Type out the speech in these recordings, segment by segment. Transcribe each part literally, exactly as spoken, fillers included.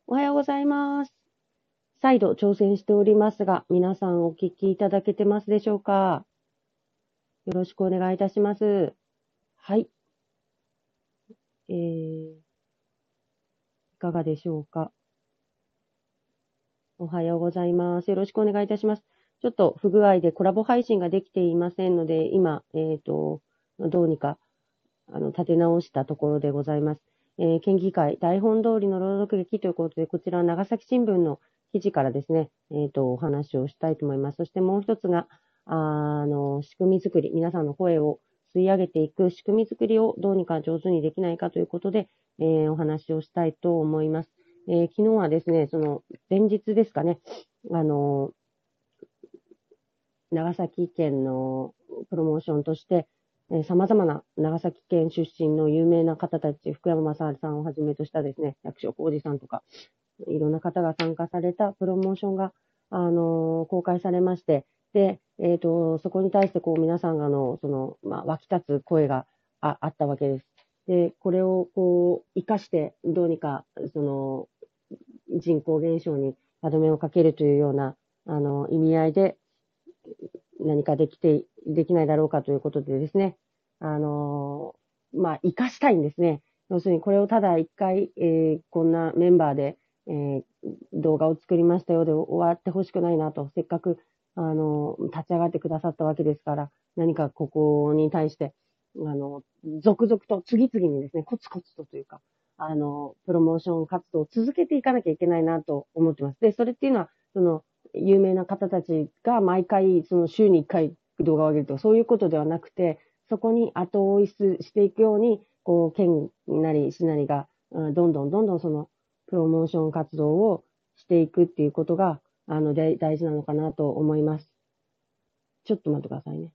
おはようございます。再度挑戦しておりますが、皆さんお聞きいただけてますでしょうか？よろしくお願いいたします。はい。えー、いかがでしょうか？おはようございます。よろしくお願いいたします。ちょっと不具合でコラボ配信ができていませんので、今、えっと、どうにか、あの、立て直したところでございます。えー県議会台本通りの朗読劇ということで、こちらは長崎新聞の記事からですね、えっと、お話をしたいと思います。そしてもう一つが、あの、仕組み作り、皆さんの声を吸い上げていく仕組み作りをどうにか上手にできないかということで、えーお話をしたいと思います。えー昨日はですね、その前日ですかね、あの、長崎県のプロモーションとして、えー、様々な長崎県出身の有名な方たち、福山雅治さんをはじめとしたですね、役所広司さんとか、いろんな方が参加されたプロモーションが、あのー公開されまして、で、えっ、と、そこに対してこう皆さんがの、その、まあ、湧き立つ声がああったわけです。で、これをこう、活かして、どうにか、その、人口減少に歯止めをかけるというような、あの、意味合いで、何かできて、できないだろうかということでですね、あのーまあ、活かしたいんですね。要するにこれをただ一回、えーこんなメンバーで、えー動画を作りましたよで終わってほしくないなと、せっかく、あのー立ち上がってくださったわけですから、何かここに対して、あの、続々と次々にですね、コツコツとというか、あの、プロモーション活動を続けていかなきゃいけないなと思ってます。で、それっていうのは、その、有名な方たちが毎回、その週にいっかい動画を上げるとか、そういうことではなくて、そこに後追いしていくように、こう、県なり市なりが、うんどんどんどんどんその、プロモーション活動をしていくっていうことが、あの、大事なのかなと思います。ちょっと待ってくださいね。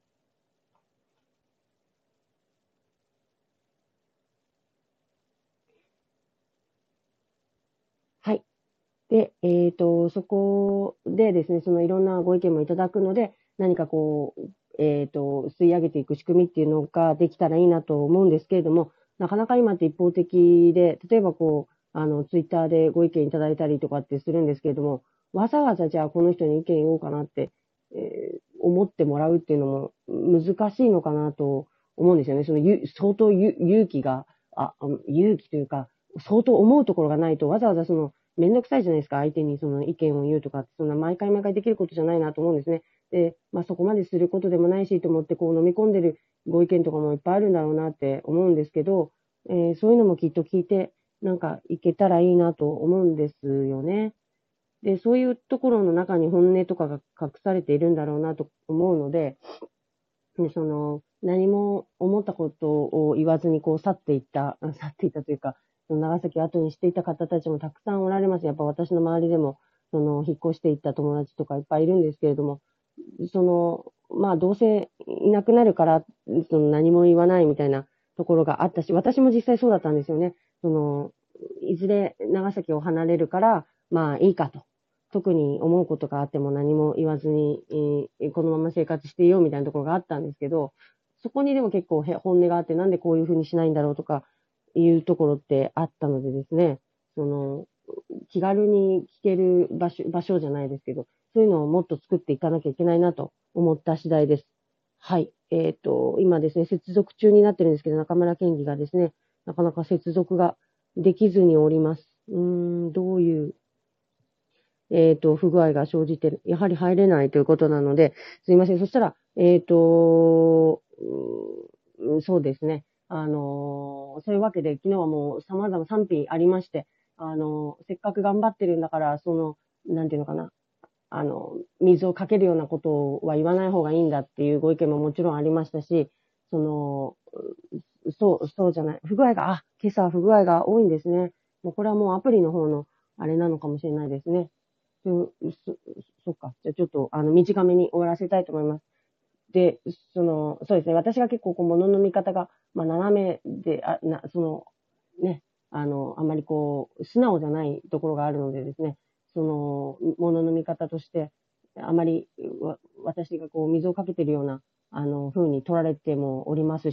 はい。で、えっと、そこでですね、そのいろんなご意見もいただくので、何かこう、えっと、吸い上げていく仕組みっていうのができたらいいなと思うんですけれども、なかなか今って一方的で、例えばこう、あの、ツイッターでご意見いただいたりとかってするんですけれども、わざわざじゃあこの人に意見言おうかなって、えー思ってもらうっていうのも難しいのかなと思うんですよね。そのゆ相当ゆ勇気が、あ、あ勇気というか、相当思うところがないと、わざわざその、めんどくさいじゃないですか、相手にその意見を言うとかって、そんな毎回毎回できることじゃないなと思うんですね。で、まあそこまですることでもないしと思って、こう飲み込んでるご意見とかもいっぱいあるんだろうなって思うんですけど、えーそういうのもきっと聞いて、なんかいけたらいいなと思うんですよね。で、そういうところの中に本音とかが隠されているんだろうなと思うので、でその、何も思ったことを言わずにこう去っていった、去っていったというか、その長崎を後にしていた方たちもたくさんおられます。やっぱ私の周りでも、その、引っ越していった友達とかいっぱいいるんですけれども、その、まあ、どうせいなくなるから、その何も言わないみたいなところがあったし、私も実際そうだったんですよね。その、いずれ長崎を離れるから、まあいいかと。特に思うことがあっても何も言わずに、えーこのまま生活していようみたいなところがあったんですけど、そこにでも結構へ本音があって、なんでこういうふうにしないんだろうとかいうところってあったのでですね、その、気軽に聞ける場所、場所じゃないですけど、そういうのをもっと作っていかなきゃいけないなと思った次第です。はい。えっ、と、今ですね、接続中になってるんですけど、中村県議がですね、なかなか接続ができずにおります。うーん、どういうえっ、と、不具合が生じて、やはり入れないということなので、すいません。そしたら、えっ、と、うん、そうですね。あのーそういうわけで、昨日はもう様々賛否ありまして、あのーせっかく頑張ってるんだから、その、なんていうのかな、あの、水をかけるようなことは言わない方がいいんだっていうご意見ももちろんありましたし、その、そう、そうじゃない。不具合が、あ、今朝不具合が多いんですね。もうこれはもうアプリの方のあれなのかもしれないですね。うん、そ、そっか。じゃあちょっと、あの、短めに終わらせたいと思います。で、その、そうですね。私が結構、こう、物の見方が、まあ、斜めで、あ、な、その、ね、あの、あまりこう、素直じゃないところがあるのでですね、その、物の見方として、あまり、わ、私がこう、水をかけてるような、あの、風に取られてもおりますし、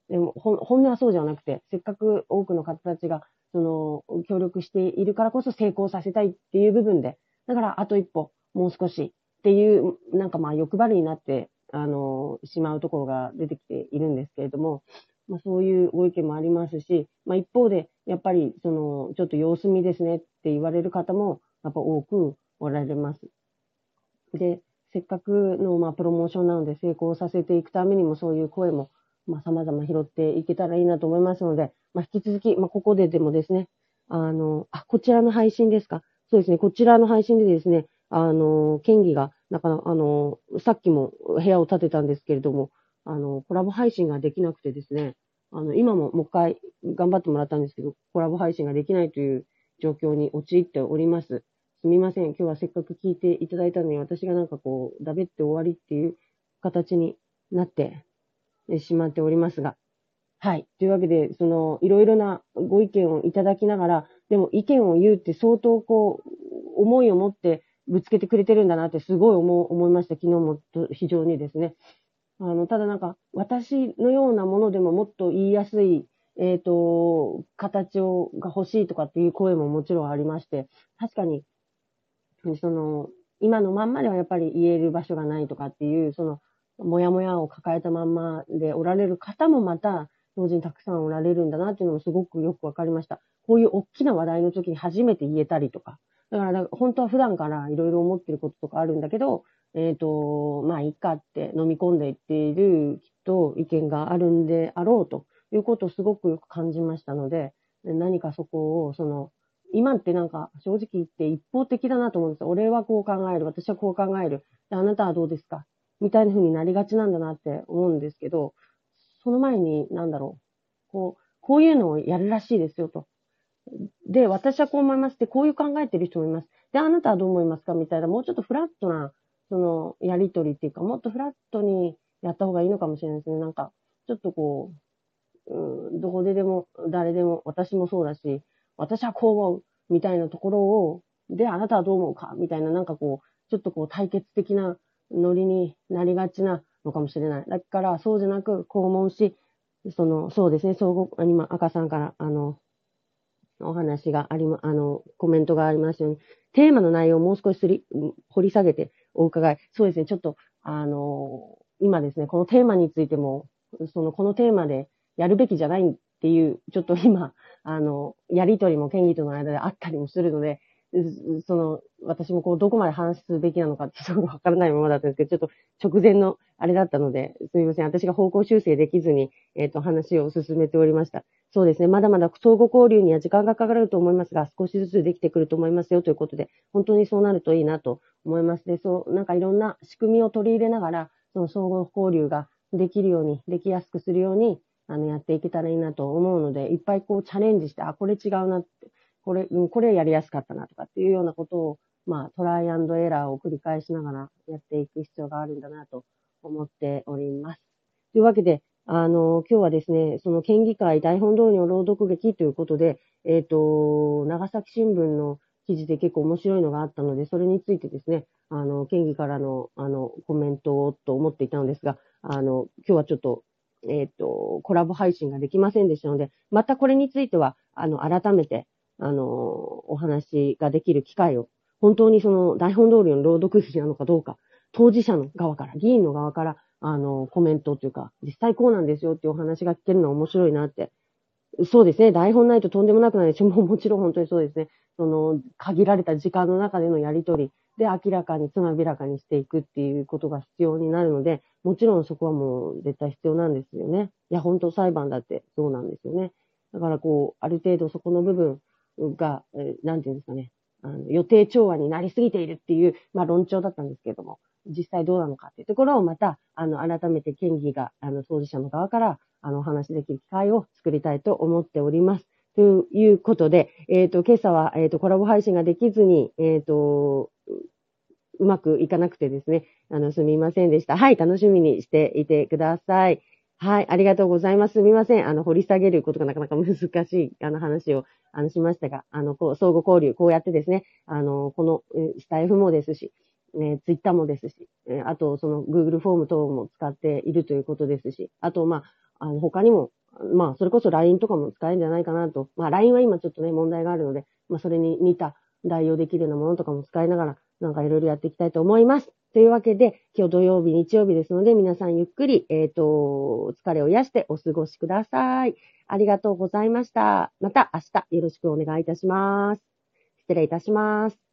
でも、本音はそうじゃなくて、せっかく多くの方たちが、その、協力しているからこそ成功させたいっていう部分で、だからあと一歩、もう少しっていう、なんかまあ欲張りになって、あの、しまうところが出てきているんですけれども、まあそういうご意見もありますし、まあ一方で、やっぱり、その、ちょっと様子見ですねって言われる方も、やっぱ多くおられます。で、せっかくの、まあ、プロモーションなので成功させていくためにもそういう声も、まあ、様々拾っていけたらいいなと思いますので、まあ、引き続き、まあ、ここででもですね、あの、あ、こちらの配信ですか。そうですね、こちらの配信でですね、あの、県議が、なかなか、あの、さっきも部屋を建てたんですけれども、あの、コラボ配信ができなくてですね、あの、今ももう一回頑張ってもらったんですけど、コラボ配信ができないという状況に陥っております。すみません。今日はせっかく聞いていただいたのに、私がなんかこう、だべって終わりっていう形になってしまっておりますが。はい。というわけで、その、いろいろなご意見をいただきながら、でも意見を言うって相当こう、思いを持ってぶつけてくれてるんだなってすごい思思いました。昨日も非常にですね。あの、ただなんか、私のようなものでももっと言いやすい、えっと、形を、が欲しいとかっていう声ももちろんありまして、確かに、その、今のまんまではやっぱり言える場所がないとかっていう、その、もやもやを抱えたまんまでおられる方もまた、同時にたくさんおられるんだなっていうのもすごくよくわかりました。こういう大きな話題の時に初めて言えたりとか。だから、本当は普段からいろいろ思ってることとかあるんだけど、えっと、まあ、いいかって飲み込んでいっているきっと意見があるんであろうということをすごくよく感じましたので、何かそこを、その、今ってなんか正直言って一方的だなと思うんですよ。俺はこう考える。私はこう考える。で、あなたはどうですかみたいな風になりがちなんだなって思うんですけど、その前に、なんだろう。こう、こういうのをやるらしいですよと。で、私はこう思いますって、こういう考えてる人もいます。で、あなたはどう思いますかみたいな、もうちょっとフラットな、その、やりとりっていうか、もっとフラットにやった方がいいのかもしれないですね。なんか、ちょっとこう、うん、どこででも、誰でも、私もそうだし、私はこう思う、みたいなところを、で、あなたはどう思うか、みたいな、なんかこう、ちょっとこう、対決的なノリになりがちなのかもしれない。だから、そうじゃなく、こう思うし、その、そうですね、総合、今、赤さんから、あの、お話がありま、あの、コメントがありますように、テーマの内容をもう少しすり、掘り下げてお伺い。そうですね、ちょっと、あの、今ですね、このテーマについても、その、このテーマでやるべきじゃないっていう、ちょっと今、あの、やりとりも県議との間であったりもするので、その、私もこう、どこまで話すべきなのかってちょっとわからないままだったんですけど、ちょっと直前のあれだったので、すみません。私が方向修正できずに、えっと、話を進めておりました。そうですね。まだまだ相互交流には時間がかかると思いますが、少しずつできてくると思いますよということで、本当にそうなるといいなと思います。で、そう、なんかいろんな仕組みを取り入れながら、その相互交流ができるように、できやすくするように、あの、やっていけたらいいなと思うので、いっぱいこうチャレンジして、あ、これ違うなって、これ、うん、これやりやすかったなとかっていうようなことを、まあ、トライアンドエラーを繰り返しながらやっていく必要があるんだなと思っております。というわけで、あの、今日はですね、その県議会台本通りの朗読劇ということで、えっと、長崎新聞の記事で結構面白いのがあったので、それについてですね、あの、県議からの、あの、コメントをと思っていたのですが、あの、今日はちょっと、えっと、コラボ配信ができませんでしたので、またこれについては、あの、改めて、あの、お話ができる機会を、本当にその台本通りの朗読劇なのかどうか、当事者の側から、議員の側から、あの、コメントというか、実際こうなんですよっていうお話が聞けるのは面白いなって。そうですね。台本ないととんでもなくなるし、もうもちろん本当にそうですね。その、限られた時間の中でのやりとりで明らかにつまびらかにしていくっていうことが必要になるので、もちろんそこはもう絶対必要なんですよね。いや、本当裁判だってそうなんですよね。だからこう、ある程度そこの部分が、えーなんていうんですかね。あの予定調和になりすぎているっていう、まあ論調だったんですけれども、実際どうなのかっていうところをまた、あの、改めて県議が、あの、当事者の側から、あの、お話しできる機会を作りたいと思っております。ということで、えっと、今朝は、えっと、コラボ配信ができずに、えっと、うまくいかなくてですね、あの、すみませんでした。はい、楽しみにしていてください。はい、ありがとうございます。すみません。あの、掘り下げることがなかなか難しい、あの、話を、あの、しましたが、あの、こう、相互交流、こうやってですね、あの、この、スタイフもですし、ね、ツイッターもですし、あと、その、Google フォーム等も使っているということですし、あと、まあ、 あの、他にも、まあ、それこそ ライン とかも使えるんじゃないかなと。まあ、ライン は今ちょっとね、問題があるので、まあ、それに似た代用できるようなものとかも使いながら、なんかいろいろやっていきたいと思います。というわけで、今日土曜日、日曜日ですので、皆さんゆっくり、えっと、疲れを癒してお過ごしください。ありがとうございました。また明日よろしくお願いいたします。失礼いたします。